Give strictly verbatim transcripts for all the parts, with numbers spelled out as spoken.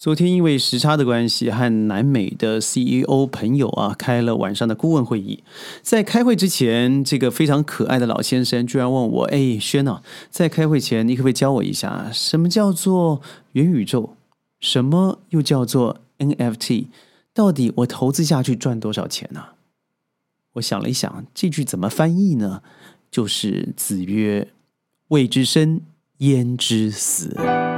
昨天因为时差的关系，和南美的 C E O 朋友啊开了晚上的顾问会议。在开会之前，这个非常可爱的老先生居然问我：“哎，轩啊，在开会前，你可不可以教我一下，什么叫做元宇宙？什么又叫做 N F T？ 到底我投资下去赚多少钱啊？”我想了一想，这句怎么翻译呢？就是子曰：“未之生，焉知死？”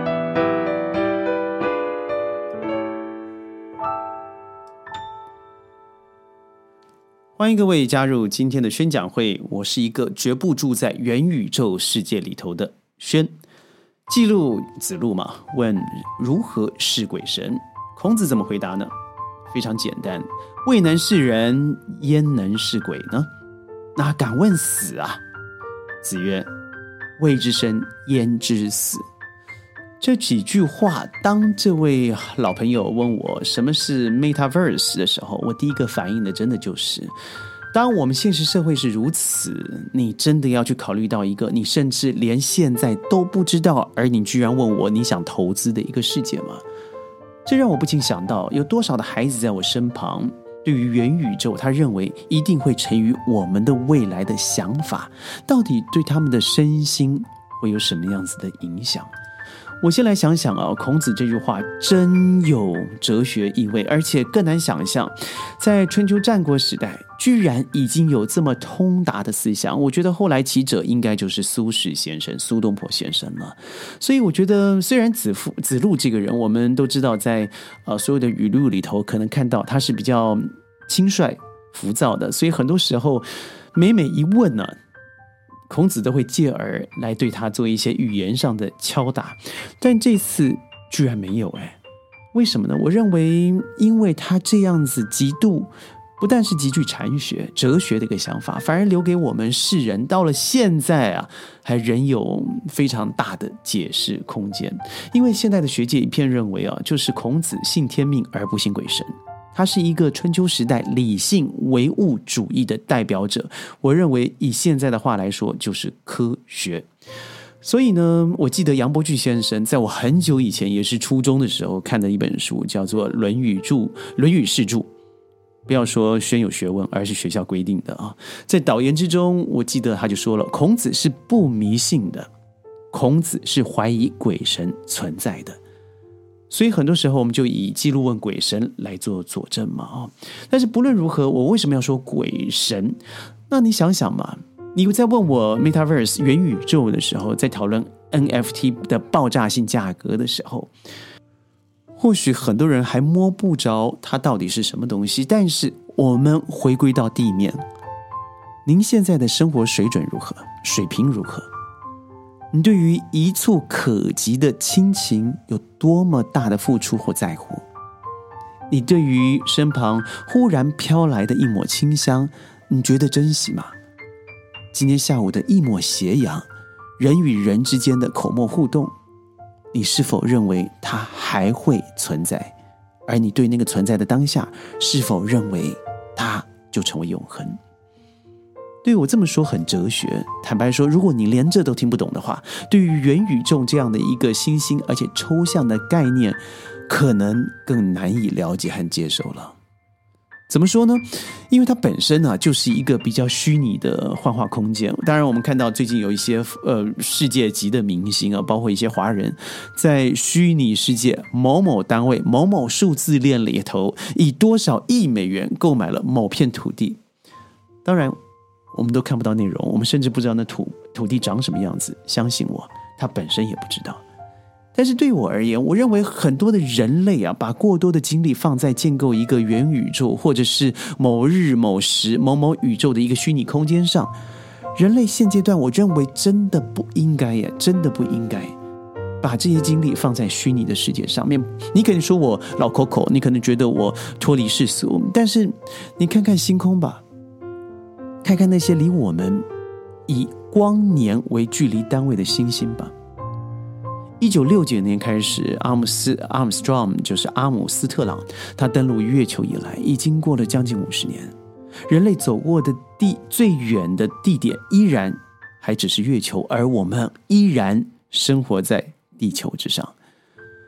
欢迎各位加入今天的宣讲会，我是一个绝不住在元宇宙世界里头的宣。记录子路嘛，问如何是鬼神？孔子怎么回答呢？非常简单，未能是人，焉能是鬼呢？那敢问死啊？子曰：未之生，焉知死？这几句话，当这位老朋友问我什么是 Metaverse 的时候，我第一个反应的真的就是，当我们现实社会是如此，你真的要去考虑到一个你甚至连现在都不知道，而你居然问我你想投资的一个世界吗？这让我不禁想到，有多少的孩子在我身旁，对于元宇宙他认为一定会成于我们的未来的想法，到底对他们的身心会有什么样子的影响？我先来想想啊，孔子这句话真有哲学意味，而且更难想象，在春秋战国时代，居然已经有这么通达的思想。我觉得后来其者应该就是苏轼先生、苏东坡先生了。所以我觉得，虽然子父子路这个人，我们都知道在呃所有的语录里头，可能看到他是比较轻率、浮躁的，所以很多时候每每一问呢、啊。孔子都会借而来对他做一些语言上的敲打，但这次居然没有哎，为什么呢？我认为，因为他这样子极度，不但是极具禅学、哲学的一个想法，反而留给我们世人到了现在啊，还仍有非常大的解释空间。因为现在的学界一片认为啊，就是孔子信天命而不信鬼神。他是一个春秋时代理性唯物主义的代表者，我认为以现在的话来说就是科学。所以呢，我记得杨伯峻先生在我很久以前也是初中的时候看的一本书，叫做《论语注》，《论语释注》。不要说宣有学问，而是学校规定的啊。在导言之中，我记得他就说了，孔子是不迷信的，孔子是怀疑鬼神存在的。所以很多时候我们就以记录问鬼神来做佐证嘛、哦、但是不论如何，我为什么要说鬼神？那你想想嘛，你在问我 Metaverse 元宇宙的时候，在讨论 N F T 的爆炸性价格的时候，或许很多人还摸不着它到底是什么东西。但是我们回归到地面，您现在的生活水准如何？水平如何？你对于一触可及的亲情有多么大的付出或在乎？你对于身旁忽然飘来的一抹清香，你觉得珍惜吗？今天下午的一抹斜阳，人与人之间的口沫互动，你是否认为它还会存在？而你对那个存在的当下，是否认为它就成为永恒？对我这么说很哲学，坦白说，如果你连这都听不懂的话，对于元宇宙这样的一个新兴而且抽象的概念，可能更难以了解和接受了。怎么说呢？因为它本身啊，就是一个比较虚拟的幻化空间。当然我们看到最近有一些呃世界级的明星啊，包括一些华人，在虚拟世界某某单位某某数字链里头，以多少亿美元购买了某片土地。当然我们都看不到内容，我们甚至不知道那 土, 土地长什么样子，相信我，他本身也不知道。但是对我而言，我认为很多的人类啊，把过多的精力放在建构一个元宇宙，或者是某日某时某某宇宙的一个虚拟空间上，人类现阶段我认为真的不应该耶，真的不应该把这些精力放在虚拟的世界上面。你可能说我老 Coco， 你可能觉得我脱离世俗，但是你看看星空吧，看看那些离我们以光年为距离单位的星星吧。一九六九年开始，阿姆斯 Armstrong 就是阿姆斯特朗，他登陆月球以来，已经过了将近五十年。人类走过的地最远的地点，依然还只是月球，而我们依然生活在地球之上。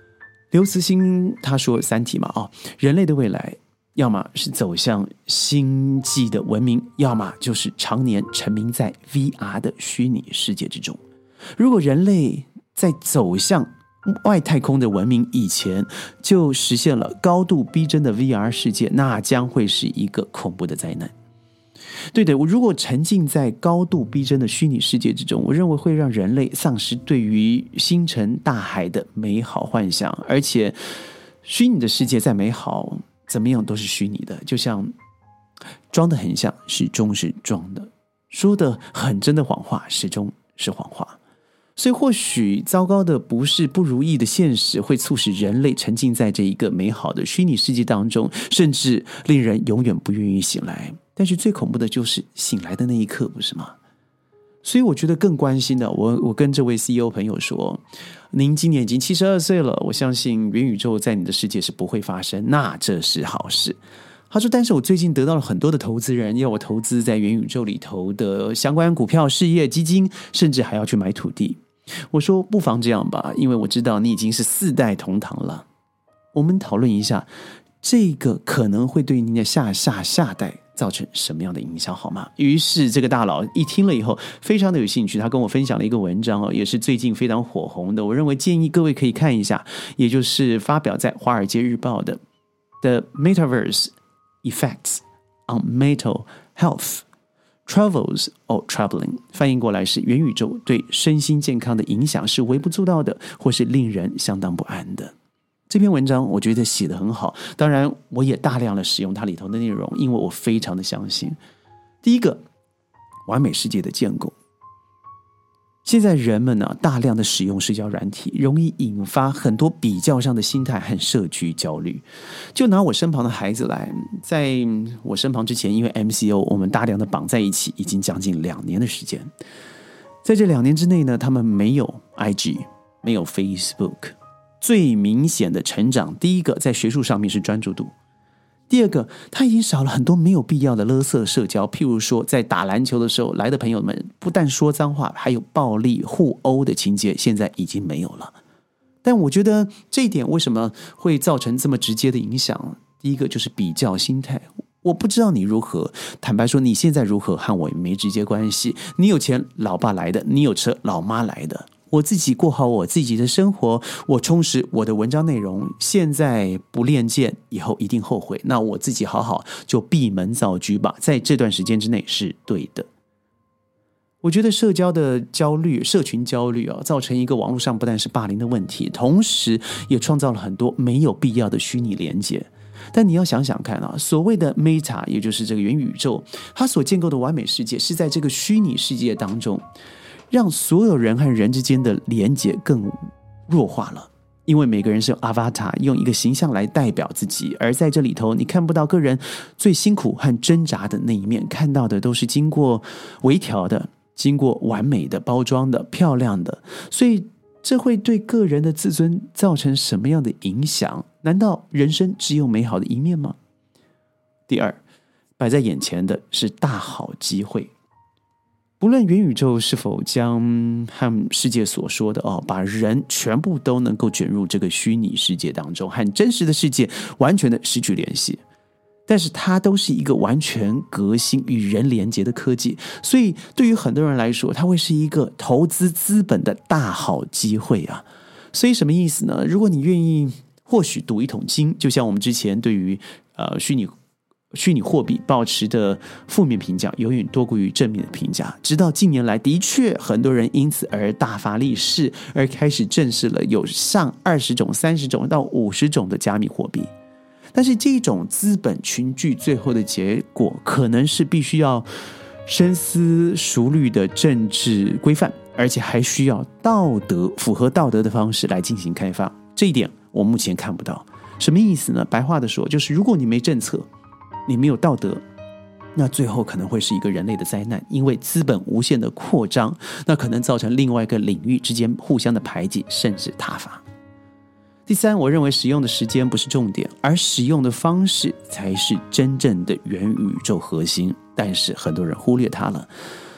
刘慈欣他说三体嘛、哦、人类的未来要么是走向星际的文明，要么就是常年沉迷在 V R 的虚拟世界之中。如果人类在走向外太空的文明以前就实现了高度逼真的 V R 世界，那将会是一个恐怖的灾难。对的，我如果沉浸在高度逼真的虚拟世界之中，我认为会让人类丧失对于星辰大海的美好幻想，而且虚拟的世界再美好怎么样都是虚拟的，就像装得很像始终是装的，说的很真的谎话始终是谎话。所以或许糟糕的不是不如意的现实会促使人类沉浸在这一个美好的虚拟世界当中，甚至令人永远不愿意醒来。但是最恐怖的就是醒来的那一刻，不是吗？所以我觉得更关心的，我我跟这位 C E O 朋友说，您今年已经七十二岁了，我相信元宇宙在你的世界是不会发生，那这是好事。他说，但是我最近得到了很多的投资人要我投资在元宇宙里头的相关股票、事业、基金，甚至还要去买土地。我说不妨这样吧，因为我知道你已经是四代同堂了，我们讨论一下这个可能会对您的下下下代造成什么样的影响好吗？于是这个大佬一听了以后非常的有兴趣，他跟我分享了一个文章，也是最近非常火红的，我认为建议各位可以看一下，也就是发表在华尔街日报的 The Metaverse Effects on Mental Health Travels or Traveling， 翻译过来是元宇宙对身心健康的影响是微不足道的，或是令人相当不安的。这篇文章我觉得写得很好，当然我也大量的使用它里头的内容，因为我非常的相信。第一个，完美世界的建构。现在人们呢、啊，大量的使用社交软体，容易引发很多比较上的心态和社区焦虑。就拿我身旁的孩子来，在我身旁之前，因为 M C O 我们大量的绑在一起，已经将近两年的时间。在这两年之内呢，他们没有 I G， 没有 Facebook。最明显的成长，第一个在学术上面是专注度，第二个他已经少了很多没有必要的垃圾社交，譬如说在打篮球的时候来的朋友们不但说脏话，还有暴力互殴的情节，现在已经没有了。但我觉得这一点为什么会造成这么直接的影响？第一个就是比较心态，我不知道你如何，坦白说你现在如何和我没直接关系，你有钱老爸来的，你有车老妈来的，我自己过好我自己的生活，我充实我的文章内容，现在不练剑，以后一定后悔，那我自己好好就闭门造车吧，在这段时间之内是对的。我觉得社交的焦虑，社群焦虑啊，造成一个网络上不但是霸凌的问题，同时也创造了很多没有必要的虚拟连结。但你要想想看啊，所谓的 Meta， 也就是这个元宇宙，它所建构的完美世界是在这个虚拟世界当中让所有人和人之间的连结更弱化了，因为每个人是用 avatar， 用一个形象来代表自己，而在这里头你看不到个人最辛苦和挣扎的那一面，看到的都是经过微调的，经过完美的包装的，漂亮的，所以这会对个人的自尊造成什么样的影响？难道人生只有美好的一面吗？第二，摆在眼前的是大好机会。不论元宇宙是否将和世界所说的哦，把人全部都能够卷入这个虚拟世界当中，和真实的世界完全的失去联系，但是它都是一个完全革新与人连结的科技，所以对于很多人来说，它会是一个投资资本的大好机会啊。所以什么意思呢？如果你愿意或许赌一桶金，就像我们之前对于呃虚拟虚拟货币抱持的负面评价永远多过于正面的评价，直到近年来的确很多人因此而大发利市，而开始正视了有上二十种、三十种到五十种的加密货币。但是这种资本群聚最后的结果可能是必须要深思熟虑的政治规范，而且还需要道德符合道德的方式来进行开发，这一点我目前看不到。什么意思呢？白话的说，就是如果你没政策，你没有道德，那最后可能会是一个人类的灾难，因为资本无限的扩张，那可能造成另外一个领域之间互相的排挤，甚至挞伐。第三，我认为使用的时间不是重点，而使用的方式才是真正的元宇宙核心，但是很多人忽略它了。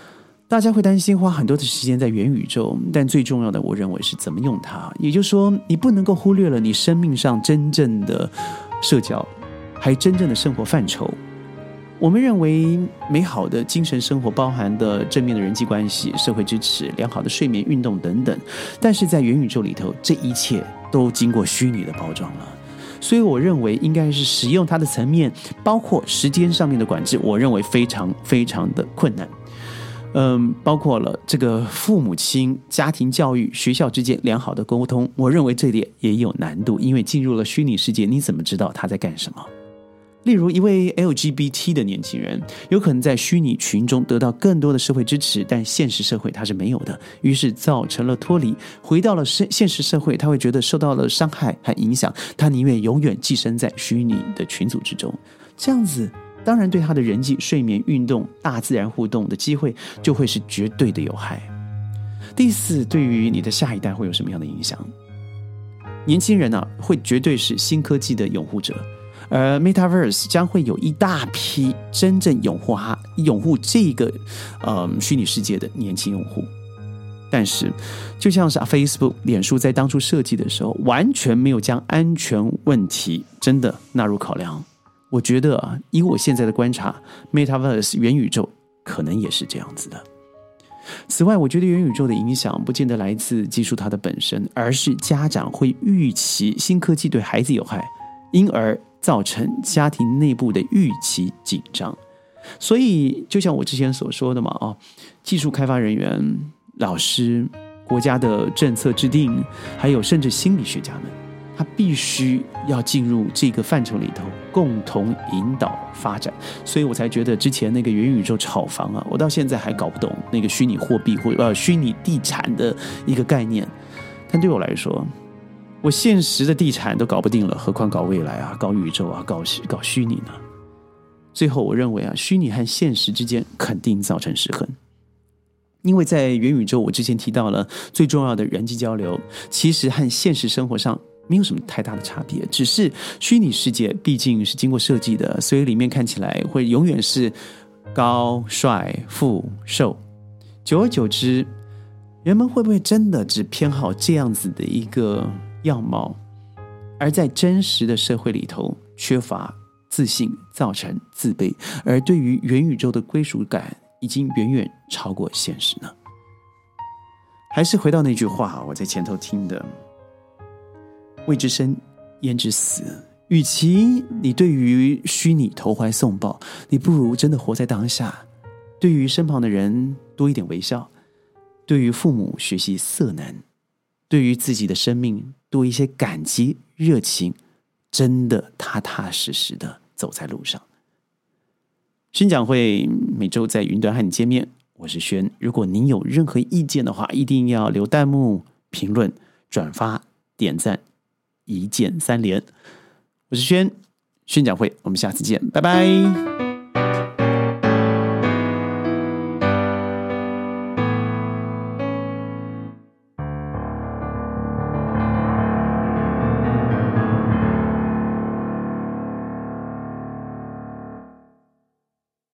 大家会担心花很多的时间在元宇宙，但最重要的我认为是怎么用它。也就是说，你不能够忽略了你生命上真正的社交，还真正的生活范畴。我们认为美好的精神生活包含的正面的人际关系、社会支持、良好的睡眠、运动等等，但是在元宇宙里头，这一切都经过虚拟的包装了。所以我认为应该是使用它的层面，包括时间上面的管制，我认为非常非常的困难。嗯，包括了这个父母亲、家庭教育、学校之间良好的沟通，我认为这点也有难度，因为进入了虚拟世界，你怎么知道他在干什么？例如一位 L G B T 的年轻人，有可能在虚拟群中得到更多的社会支持，但现实社会他是没有的，于是造成了脱离。回到了现实社会，他会觉得受到了伤害和影响，他宁愿永远寄生在虚拟的群组之中。这样子当然对他的人际、睡眠、运动、大自然互动的机会就会是绝对的有害。第四，对于你的下一代会有什么样的影响？年轻人啊，会绝对是新科技的拥护者，而 Metaverse 将会有一大批真正拥护它、拥护这个呃虚拟世界的年轻用户。但是，就像是 Facebook、脸书在当初设计的时候，完全没有将安全问题真的纳入考量。我觉得啊，以我现在的观察 Metaverse 元宇宙可能也是这样子的。此外，我觉得元宇宙的影响不见得来自技术它的本身，而是家长会预期新科技对孩子有害，因而造成家庭内部的预期紧张。所以就像我之前所说的嘛，哦，技术开发人员、老师、国家的政策制定，还有甚至心理学家们，他必须要进入这个范畴里头，共同引导发展。所以我才觉得之前那个元宇宙炒房啊，我到现在还搞不懂那个虚拟货币或呃虚拟地产的一个概念。但对我来说，我现实的地产都搞不定了，何况搞未来啊、搞宇宙啊、搞搞虚拟呢？最后我认为啊，虚拟和现实之间肯定造成失衡。因为在元宇宙，我之前提到了最重要的人际交流，其实和现实生活上没有什么太大的差别，只是虚拟世界毕竟是经过设计的，所以里面看起来会永远是高、帅、富、瘦。久而久之，人们会不会真的只偏好这样子的一个样貌，而在真实的社会里头缺乏自信，造成自卑，而对于元宇宙的归属感已经远远超过现实呢？还是回到那句话，我在前头听的，未知生焉知死，与其你对于虚拟投怀送抱，你不如真的活在当下，对于身旁的人多一点微笑，对于父母学习色难，对于自己的生命多一些感激热情，真的踏踏实实的走在路上。宣讲会每周在云端和你见面，我是轩。如果您有任何意见的话，一定要留弹幕、评论、转发、点赞，一键三连。我是轩，宣讲会我们下次见，拜拜。